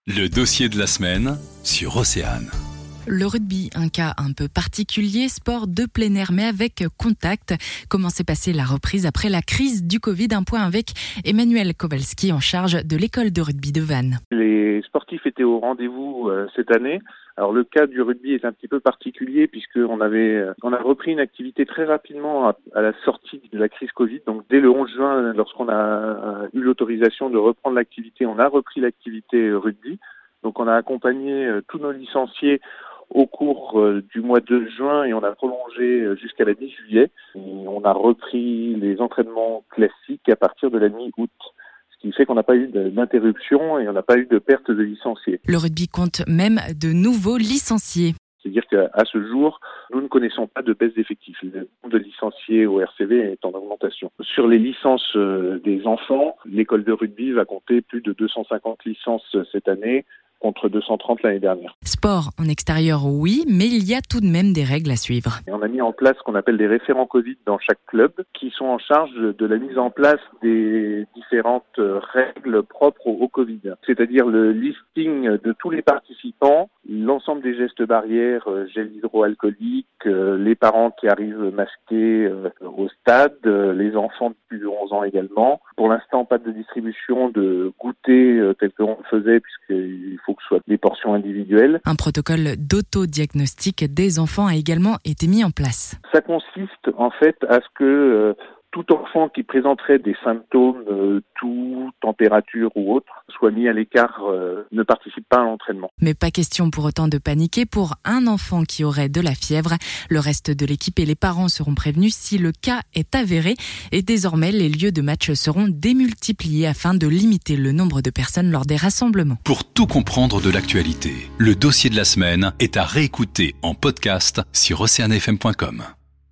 Le dossier de la semaine sur Océane. Le rugby, un cas un peu particulier, sport de plein air mais avec contact. Comment s'est passée la reprise après la crise du Covid? Un point avec Emmanuel Kowalski en charge de l'école de rugby de Vannes. Les sportifs étaient au rendez-vous cette année. Alors le cas du rugby est un petit peu particulier puisqu'on a repris une activité très rapidement à la sortie de la crise Covid. Donc dès le 11 juin, lorsqu'on a eu l'autorisation de reprendre l'activité, on a repris l'activité rugby. Donc on a accompagné tous nos licenciés au cours du mois de juin et on a prolongé jusqu'à la mi-juillet. Et on a repris les entraînements classiques à partir de la mi-août. Ce qui fait qu'on n'a pas eu d'interruption et on n'a pas eu de perte de licenciés. Le rugby compte même de nouveaux licenciés. C'est-à-dire qu'à ce jour, nous ne connaissons pas de baisse d'effectifs. Le nombre de licenciés au RCV est en augmentation. Sur les licences des enfants, l'école de rugby va compter plus de 250 licences cette année, contre 230 l'année dernière. Sport en extérieur, oui, mais il y a tout de même des règles à suivre. Et on a mis en place ce qu'on appelle des référents Covid dans chaque club, qui sont en charge de la mise en place des différentes règles propres au Covid. C'est-à-dire le listing de tous les participants, l'ensemble des gestes barrières, gel hydroalcoolique, les parents qui arrivent masqués au stade, les enfants de plus de 11 ans également. Pour l'instant, pas de distribution de goûter tel qu'on le faisait, puisqu'il faut que ce soit des portions individuelles. Un protocole d'autodiagnostic des enfants a également été mis en place. Ça consiste en fait à ce que tout enfant qui présenterait des symptômes, toux, température ou autre, soit mis à l'écart, ne participe pas à l'entraînement. Mais pas question pour autant de paniquer pour un enfant qui aurait de la fièvre. Le reste de l'équipe et les parents seront prévenus si le cas est avéré. Et désormais, les lieux de match seront démultipliés afin de limiter le nombre de personnes lors des rassemblements. Pour tout comprendre de l'actualité, le dossier de la semaine est à réécouter en podcast sur oceanfm.com.